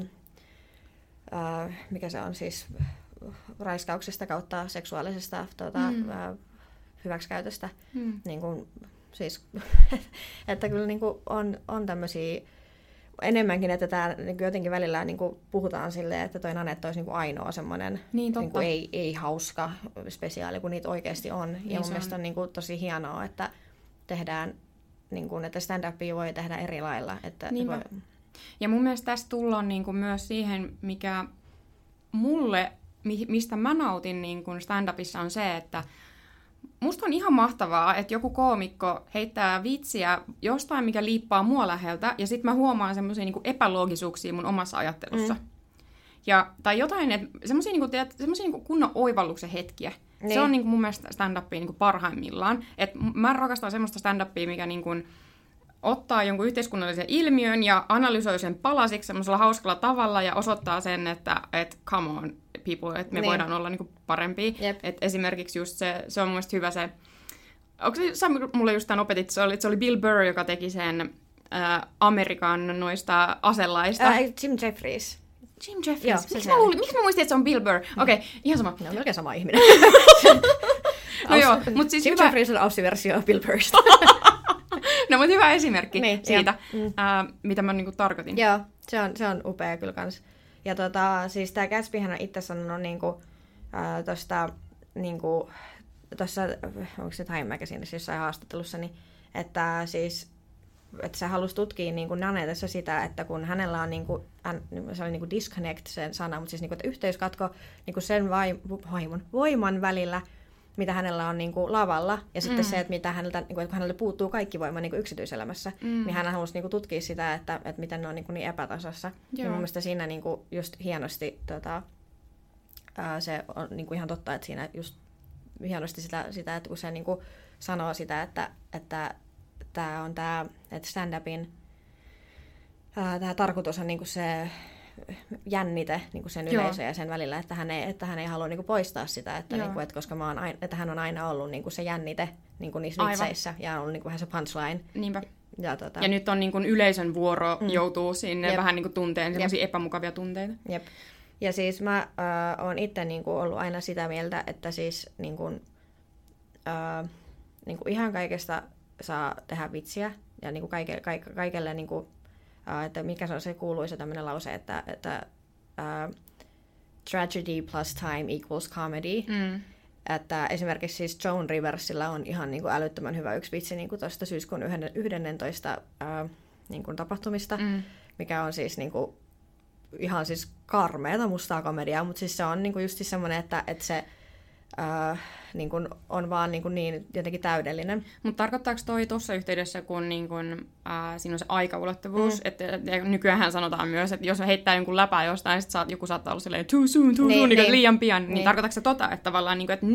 mikä se on siis raiskauksesta kautta seksuaalisesta hyväksikäytöstä. Niin kuin, siis, että kyllä niin kuin on tämmöisiä enemmänkin, että tämä niin jotenkin välillä niin kuin puhutaan silleen, että toi Nanette olisi niin kuin ainoa semmoinen niin kuin ei hauska spesiaali, kun niitä oikeasti on. Niin ja mun mielestä on niin kuin tosi hienoa, että tehdään, niin kuin, että stand-upia voi tehdä eri lailla. Että ja mun mielestä tässä tullaan niin kuin myös siihen, mikä mulle, mistä mä nautin niin kuin stand-upissa on se, että musta on ihan mahtavaa, että joku koomikko heittää vitsiä jostain, mikä liippaa mua läheltä, ja sitten mä huomaan semmoisia niin kuin epäloogisuuksia mun omassa ajattelussa. Tai jotain, semmoisia niin kuin kunnon oivalluksen hetkiä. Niin. Se on niin kuin mun mielestä stand-upia niin kuin parhaimmillaan. Et mä rakastan semmoista stand-upia, mikä niin kuin ottaa jonkun yhteiskunnallisen ilmiön ja analysoi sen palasiksi semmoisella hauskalla tavalla ja osoittaa sen, että come on people, että me voidaan olla niinku parempia. Et esimerkiksi just se on mun mielestä hyvä se, onko se, sä mulle just tämän opetit, se oli Bill Burr, joka teki sen Amerikan noista aselaista. Jim Jeffries. Jim Jeffries. Miksi mä muistin, että se on Bill Burr? Okei, ihan sama. Ne on melkein sama ihminen. No joo, mutta siis Jim Jeffries on Aussie-versio Bill Burrista. No, mutta hyvä esimerkki siitä, mitä mä niinku tarkoitin. Joo, se on upea kyllä kans. Ja siis tää Gatsbyhän on itse sanonut tuossa, onko se Time Magazinessa jossain haastattelussa, niin, että siis että se halusi tutkia niin kuin Nanetessa sitä, että kun hänellä on, niin kuin, se oli niin kuin disconnect sen sana, mutta siis niin kuin, että yhteyskatko niin kuin sen voiman välillä, mitä hänellä on niin kuin lavalla, ja sitten se, että mitä häneltä, niin kuin, että kun häneltä puuttuu kaikki voima niin kuin yksityiselämässä, niin hän halusi niin kuin tutkia sitä, että miten ne on niin epätasassa. Ja mun mielestä siinä niin kuin just hienosti se on niin kuin ihan totta, että siinä just hienosti sitä että kun se niin kuin sanoo sitä, että tämä on että stand-upin tämä tarkoitus on niin kuin se jännite niin kuin sen yleisön ja sen välillä, että hän ei halua niin kuin poistaa sitä, että, niin kuin, että koska että hän on aina ollut niin kuin se jännite niin kuin niissä vitseissä ja on ollut niin kuin vähän se punchline. Niinpä. Ja nyt on niin kuin yleisön vuoro joutuu sinne vähän niin kuin tunteen semmoisia epämukavia tunteita. Jep. Ja siis mä oon itse niin kuin ollut aina sitä mieltä, että siis niin kuin ihan kaikesta saa tehdä vitsiä ja niin kuin kaikelle niin kuin, että mikä se on se kuuluisa tämmöinen lause, että tragedy plus time equals comedy. Että esimerkiksi siis Joan Riversilla on ihan niin kuin älyttömän hyvä yksi vitsi niin kuin tuosta syyskuun 11 niin kuin tapahtumista, mikä on siis niin kuin, ihan siis karmeata mustaa komediaa, mutta siis se on niin kuin just semmoinen, että se niin kuin on vaan niin jotenkin täydellinen. Mutta tarkoittaako toi tuossa yhteydessä, kun niin kun, siinä on se aikaulottuvuus, että nykyään sanotaan myös, että jos heittää jonkun läpää jostain, sitten joku saattaa olla silleen too soon, niin liian pian, niin tarkoittaako se että tavallaan, niin kun, että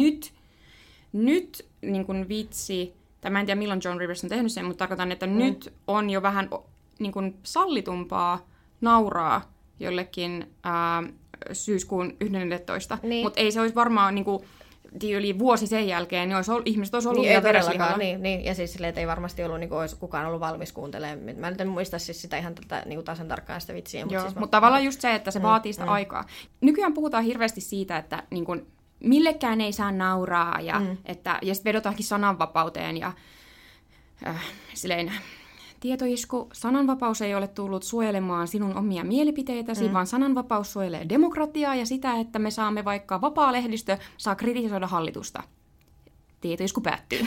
nyt niin kun vitsi, tai mä en tiedä milloin Joan Rivers on tehnyt sen, mutta tarkoitan, että nyt on jo vähän niin kun sallitumpaa nauraa jollekin syyskuun 11, mutta ei se olisi varmaan niin kun, yli vuosi sen jälkeen, niin ihmiset olisi ollut vielä vereslihalla. Niin, ja siis silleen, että ei varmasti ollut, niin kuin, olisi kukaan ollut valmis kuuntelemaan. Mä en muista siis sitä ihan niin tasan tarkkaan sitä vitsiä. Mutta tavallaan just se, että se vaatii sitä aikaa. Nykyään puhutaan hirveästi siitä, että niin kuin, millekään ei saa nauraa, ja sitten vedotaankin sananvapauteen, ja silleen, tietoisku, sananvapaus ei ole tullut suojelemaan sinun omia mielipiteitäsi, vaan sananvapaus suojelee demokratiaa ja sitä, että me saamme vaikka vapaa lehdistö saa kritisoida hallitusta. Tietoisku päättyy.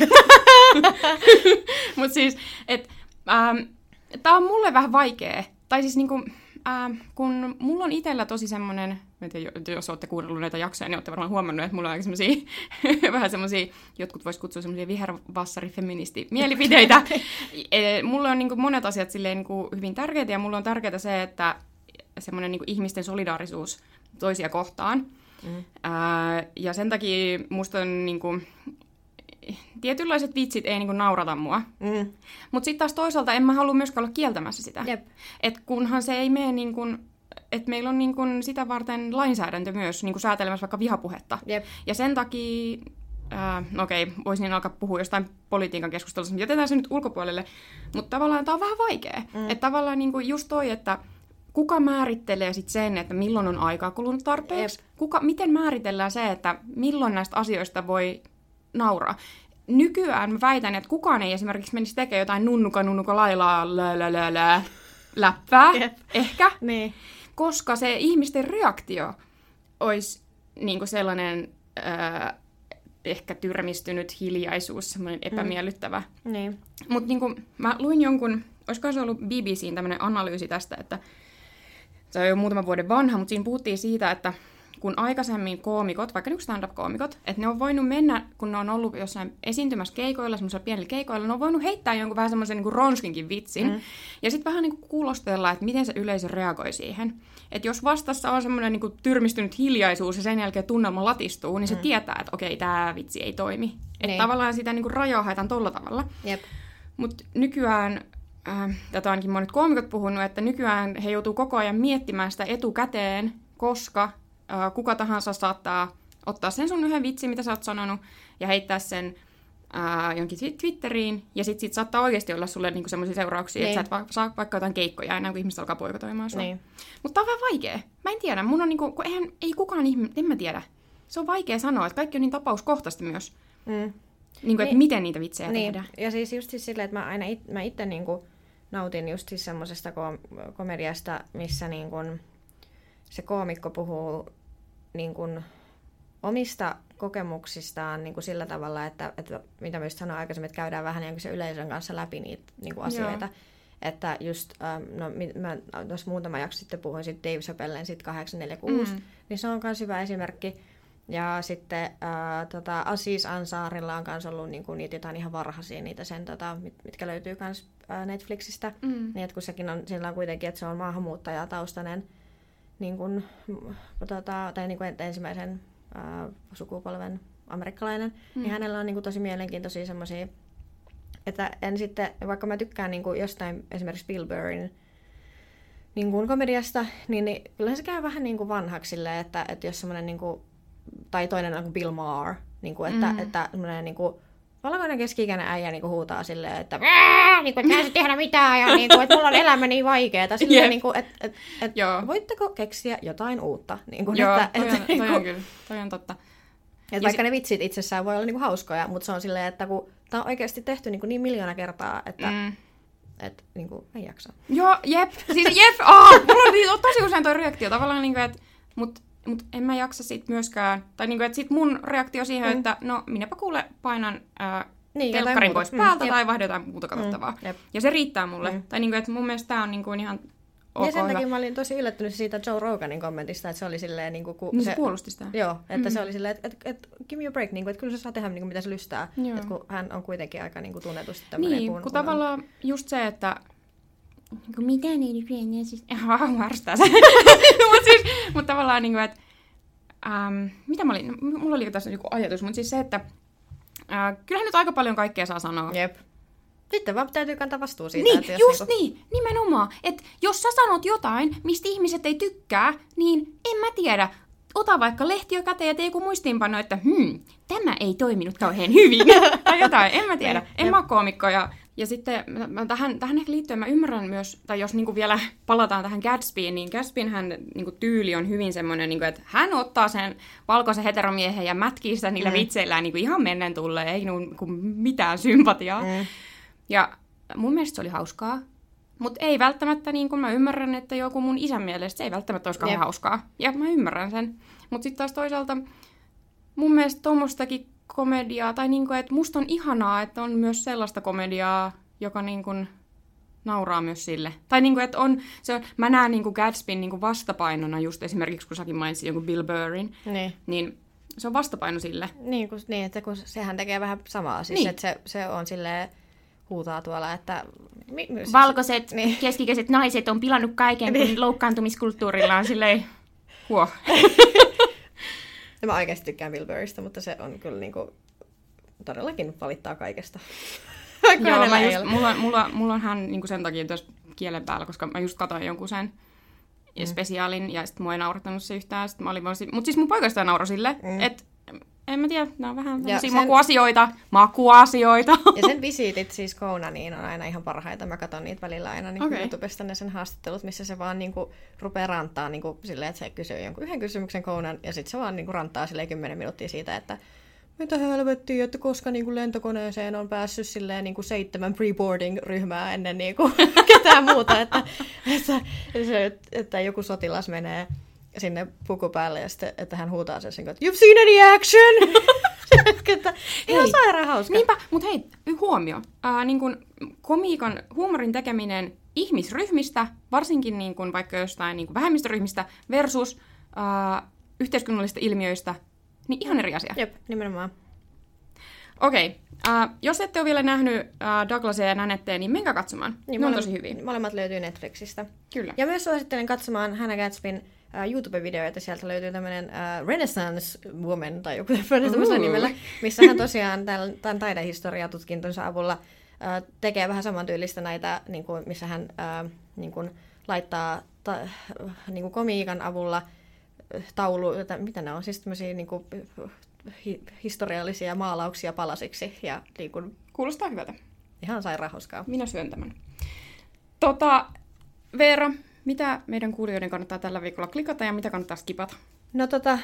Mutta siis, tää on mulle vähän vaikea. Tai siis niinku, kun mulla on itsellä tosi semmonen, jos olette kuunnellut näitä jaksoja, niin olette varmaan huomannut, että mulla on semmosia, vähän semmosia, jotkut vois kutsua semmosia vihervassari-feministi-mielipiteitä. Mulla on niinku monet asiat silleen niinku hyvin tärkeitä, ja mulla on tärkeää se, että semmoinen niinku ihmisten solidaarisuus toisia kohtaan. Ja sen takia musta on niinku, tietynlaiset vitsit ei niinku naurata mua. Mutta sitten taas toisaalta en mä halua myöskään olla kieltämässä sitä. Et kunhan se ei mene niin kuin, että meillä on niin kuin sitä varten lainsäädäntö myös niin kuin säätelemässä vaikka vihapuhetta. Ja sen takia, voisin alkaa puhua jostain politiikan keskustelussa, mutta jätetään se nyt ulkopuolelle. Mutta tavallaan tämä on vähän vaikea. Että tavallaan niin kuin just toi, että kuka määrittelee sitten sen, että milloin on aikaa kulunut tarpeeksi? Miten määritellään se, että milloin näistä asioista voi nauraa? Nykyään mä väitän, että kukaan ei esimerkiksi menisi tekemään jotain nunnuka lailaa läppää, ehkä, koska se ihmisten reaktio olisi niinku sellainen ehkä tyrmistynyt hiljaisuus, semmoinen epämiellyttävä. Mutta niinku, mä luin jonkun, olisiko se ollut BBC:n tämmöinen analyysi tästä, että se on jo muutaman vuoden vanha, mutta siinä puhuttiin siitä, että kun aikaisemmin koomikot, vaikka nyt stand-up-koomikot, että ne on voinut mennä, kun ne on ollut jossain esiintymässä keikoilla, semmoisilla pienillä keikoilla, ne on voinut heittää jonkun vähän semmoisen niin kuin ronskinkin vitsin, ja sitten vähän niin kuin kuulostella, että miten se yleisö reagoi siihen. Että jos vastassa on semmoinen niin kuin tyrmistynyt hiljaisuus ja sen jälkeen tunnelma latistuu, niin se tietää, että okei, tämä vitsi ei toimi. Että tavallaan sitä niin kuin rajaa haetaan tolla tavalla. Mutta nykyään, tätä ainakin monet koomikot puhunut, että nykyään he joutuu koko ajan miettimään sitä etukäteen, koska kuka tahansa saattaa ottaa sen sun yhden vitsin, mitä sä oot sanonut, ja heittää sen jonkin Twitteriin, ja sit siitä saattaa oikeasti olla sulle niinku semmoisia seurauksia, että sä et saa vaikka jotain keikkoja enää, kun ihmiset alkaa boikotoimaan sua. Mutta tää on vähän vaikea. Mä en tiedä. Mun on niinku, ei kukaan en mä tiedä. Se on vaikea sanoa, että kaikki on niin tapauskohtaisesti myös. Niinku, että miten niitä vitsejä tehdään. Ja siis just siis silleen, että mä itse niinku nautin just siis semmosesta komediasta, missä niinku se koomikko puhuu niin kuin omista kokemuksistaan niin kuin sillä tavalla, että mitä myös sanoin aikaisemmin, että käydään vähän niin kuin se yleisön kanssa läpi niitä niin kuin asioita. että just, mä tuossa muutama jakso sitten puhuin siitä Dave Chappellen sit 846, niin se on myös hyvä esimerkki. Ja sitten Aziz Ansarilla on myös ollut niinku, niitä jotain ihan varhaisia, niitä sen, mitkä löytyy myös Netflixistä. Niin, että kun sekin on, sillä on kuitenkin, että se on maahanmuuttajataustainen niin kuin, tai niin kuin ensimmäisen sukupolven amerikkalainen, niin hänellä on niin kuin tosi mielenkiintoisia semmoisia, että en sitten, vaikka mä tykkään niin kuin jostain esimerkiksi Bill Burrin niin kuin komediasta, niin kyllä se käy vähän niin kuin vanhaksi silleen, että jos semmoinen, niin kuin, tai toinen on kuin Bill Maher, niin kuin, että semmoinen niin kuin valkoinen keski-ikäinen äijä niin kuin huutaa silleen, että niin kuin, et mä en tehdä mitään, ja niin kuin, että mulla on elämä niin vaikeeta. Silleen, niin kuin, että voitteko keksiä jotain uutta? Niin kuin, joo, toi on kyllä, toi on totta. Että vaikka ne vitsit itsessään voi olla niin kuin hauskoja, mutta se on silleen, että kun tämä on oikeasti tehty niin miljoona kertaa, että et, niin kuin, ei jaksa. Joo, jep. Siis mulla on tosi usein toi reaktio tavallaan, niin kuin, että mut en mä jaksa sit myöskään, tai niin kuin, että sit mun reaktio siihen, että no minäpä kuule painan telkkarin pois päältä tai vaihda jotain muuta katsottavaa. Ja se riittää mulle. Tai niin kuin, että mun mielestä tää on niin kuin ihan ok. Ja sen takia mä olin tosi yllättynyt siitä Joe Roganin kommentista, että se oli silleen niin kuin... se puolusti sitä. Joo, että se oli silleen, että give me a break, niin kuin, että kyllä se saa tehdä niin kuin, mitä se lystää. Että kun hän on kuitenkin aika niin kuin tunnetusti tämmöinen... Niin, kun tavallaan just se, että... Mitä niin pieniä siis... Varstaa se. Mutta tavallaan niin kuin, että... mitä mä olin? Mulla oli tässä joku ajatus, mutta siis se, että... kyllähän nyt aika paljon kaikkea saa sanoa. Jep. Sitten vaan täytyy kantaa vastuu siitä. Niin, että just niin, nimenomaan. Että jos sä sanot jotain, mistä ihmiset ei tykkää, niin en mä tiedä. Ota vaikka lehtiö käteen ja tee joku muistiinpano, että tämä ei toiminut kauhean hyvin. Tai jotain, en mä tiedä. En mä ole koomikko. Ja sitten tähän ehkä liittyen mä ymmärrän myös, tai jos niinku vielä palataan tähän Gatsbyin, niin Gatsbyn hän niinku tyyli on hyvin semmoinen, niinku, että hän ottaa sen valkoisen heteromiehen ja mätkii sitä niillä vitseillään niinku ihan mennen tulleen, ei niinku mitään sympatiaa. Ja mun mielestä se oli hauskaa, mutta ei välttämättä, niin kuin mä ymmärrän, että joku mun isän mielestä se ei välttämättä olisi kauhean hauskaa. Ja mä ymmärrän sen. Mutta sitten taas toisaalta mun mielestä tommostakin komediaa, tai niin kuin, että musta on ihanaa, että on myös sellaista komediaa, joka niin kuin nauraa myös sille. Tai niin kuin, että mä näen niin kuin Gatsbyn niin kuin vastapainona just esimerkiksi, kun säkin mainitsit jonkun Bill Burrin, niin se on vastapaino sille. Niin, että kun sehän tekee vähän samaa. Siis, niin. Että se on silleen... huutaa tuolla, että... Valkoiset, keskikäiset naiset on pilannut kaiken, kun loukkaantumiskulttuurilla on silleen... Mä oikeasti tykkään Bill Burrista, mutta se on kyllä niinku... todellakin valittaa kaikesta. Joo, mulla on hän niinku sen takia tässä kielen päällä, koska mä just katsoin jonkun sen spesiaalin, ja sit mua ei naurattanut se yhtään. Mutta siis mun poikasta nauroi sille, että... En mä tiedä, ne on vähän tämmöisiä makuasioita. Ja sen visiitit siis Conaniin on aina ihan parhaita. Mä katson niitä välillä aina niin YouTubesta ne sen haastattelut, missä se vaan niinku rupeaa rantaa niinku silleen, että se kysyy jonkun yhden kysymyksen Conan, ja sitten se vaan niinku rantaa silleen 10 minuuttia siitä, että mitä helvettiä, että koska niinku lentokoneeseen on päässyt silleen niinku 7 pre-boarding-ryhmää ennen niinku ketään muuta, että joku sotilas menee sinne puku päälle ja sitten, että hän huutaa sen, että you've seen any action? Ihan sairaan hauska. Niinpä, mutta hei, huomio. Niin kun komiikan huumorin tekeminen ihmisryhmistä, varsinkin niin kun vaikka jostain niin kun vähemmistöryhmistä versus yhteiskunnallisista ilmiöistä, niin ihan eri asia. Jep, nimenomaan. Okei. Jos ette ole vielä nähnyt Douglasia ja Nanettea, niin menkää katsomaan. Niin, ne on tosi hyviä. Molemmat löytyy Netflixistä. Kyllä. Ja myös suosittelen katsomaan Hannah Gadsbyn YouTube-videoita. Sieltä löytyy tämmöinen Renaissance Woman tai joku tämmöisellä nimellä, missä hän tosiaan tämän taidehistoriatutkintonsa avulla tekee vähän samantyylistä näitä, niin kuin, missä hän niin kuin, laittaa niin kuin komiikan avulla mitä ne on, siis tämmöisiä niin kuin, historiallisia maalauksia palasiksi. Ja, niin kuin, kuulostaa hyvältä. Ihan sairaan hauskaa. Minä syön tämän. Veera, mitä meidän kuulijoiden kannattaa tällä viikolla klikata ja mitä kannattaa skipata? No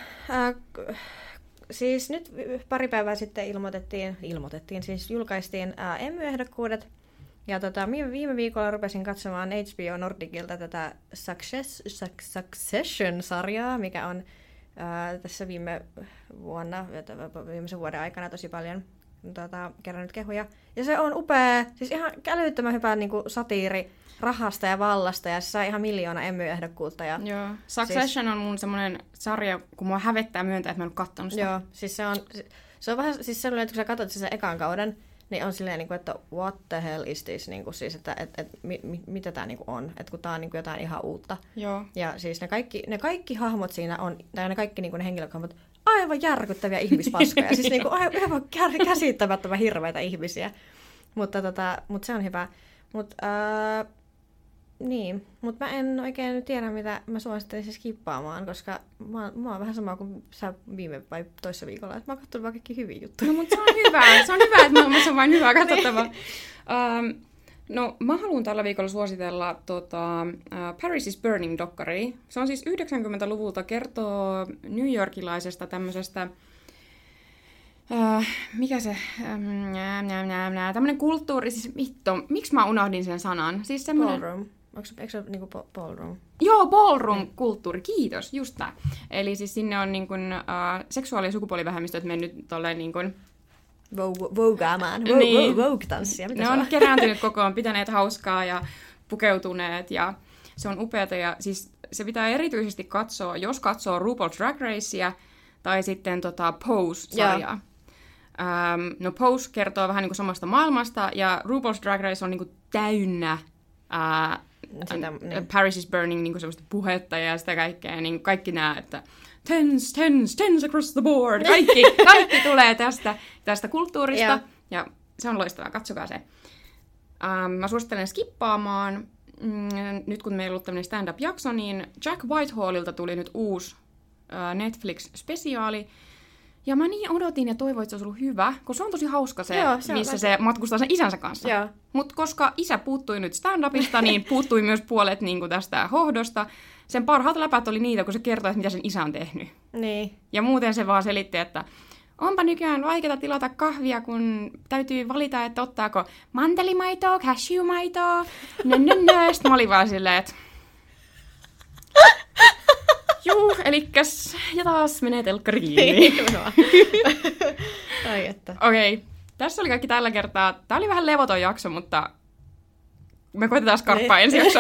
siis nyt pari päivää sitten julkaistiin Emmy-ehdokkuudet. Ja viime viikolla rupesin katsomaan HBO Nordicilta tätä Succession-sarjaa, mikä on tässä viimeisen vuoden aikana tosi paljon kerännyt kehuja. Ja se on upea, siis ihan älyttömän hyvä niin kuin satiiri rahasta ja vallasta, ja se sai ihan 1 000 000 Emmy-ehdokkuutta. Ja joo. Succession on mun semmoinen sarja, kun mua hävettää myöntää, että mä en ole kattonut sitä. Joo, siis se on vähän, siis sellainen, että kun sä katsot sen ekan kauden, niin on silleen, että what the hell is this, niin kuin siis, että mitä tää niin kuin on, että kun tää on niin kuin jotain ihan uutta. Joo. Ja siis ne kaikki hahmot siinä on, tai ne kaikki niin kuin ne henkilöhahmot, aivan järkyttäviä ihmispaskoja, siis niin kuin aivan käsittämättömän hirveitä ihmisiä. Mutta se on hyvä. Niin, mutta mä en oikein tiedä, mitä mä suosittelisin skippaamaan, koska mä oon vähän sama kuin sä viime vai toissa viikolla, että mä oon katsonut vaan kaikki hyviä juttuja. No, mutta se on hyvä. Se on hyvä, että se on vain hyvää katsottavaa. No, mä haluan tällä viikolla suositella Paris is Burning-dokkaria. Se on siis 90-luvulta, kertoo newyorkilaisesta tämmöisestä mikä se, tämmönen kulttuuri, siis miksi mä unohdin sen sanan? Siis semmoinen... Ballroom. Eikö se ole niinku ballroom? Joo, ballroom-kulttuuri, kiitos, just tää. Eli siis sinne on niin kuin, seksuaali- ja sukupuolivähemmistöt mennyt tolleen niin kuin... Vogaamaan, vogue-tanssia, mitä ne on kerääntynyt kokoon, pitäneet hauskaa ja pukeutuneet ja se on upeata ja siis se pitää erityisesti katsoa, jos katsoo RuPaul's Drag Racea tai sitten Pose-sarjaa. No Pose kertoo vähän niin kuin samasta maailmasta ja RuPaul's Drag Race on niin kuin täynnä Paris is Burning niin kuin semmoista puhetta ja sitä kaikkea, niin kaikki nämä, että tens across the board, kaikki tulee tästä kulttuurista ja se on loistavaa, katsokaa se. Mä suosittelen skippaamaan, nyt kun meillä on ollut tämmöinen stand-up-jakso, niin Jack Whitehallilta tuli nyt uusi Netflix-spesiaali. Ja mä niin odotin ja toivoin, että se olisi ollut hyvä, koska se on tosi hauska se missä se matkustaa sen isänsä kanssa. Mutta koska isä puuttui nyt stand-upista, niin puuttui myös puolet niin kuin tästä hohdosta. Sen parhaat läpät oli niitä, kun se kertoi, että mitä sen isä on tehnyt. Niin. Ja muuten se vaan selitti, että onpa nykyään vaikeaa tilata kahvia, kun täytyy valita, että ottaako mantelimaitoa, cashewmaitoa, Sitten mä olin vaan silleen, että... Juu, elikkäs, ja taas menee telkkari kiinni. Ai että. Okei, tässä oli kaikki tällä kertaa. Tää oli vähän levoton jakso, mutta me koitetaan skarppaa ensi jaksoa.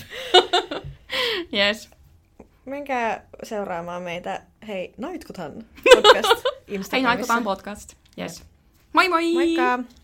Yes. Menkää seuraamaan meitä. Hei, Naitkuthan podcast Instagramissa. Hei, Naitkuthan podcast. Yes. Moi moi! Moikka!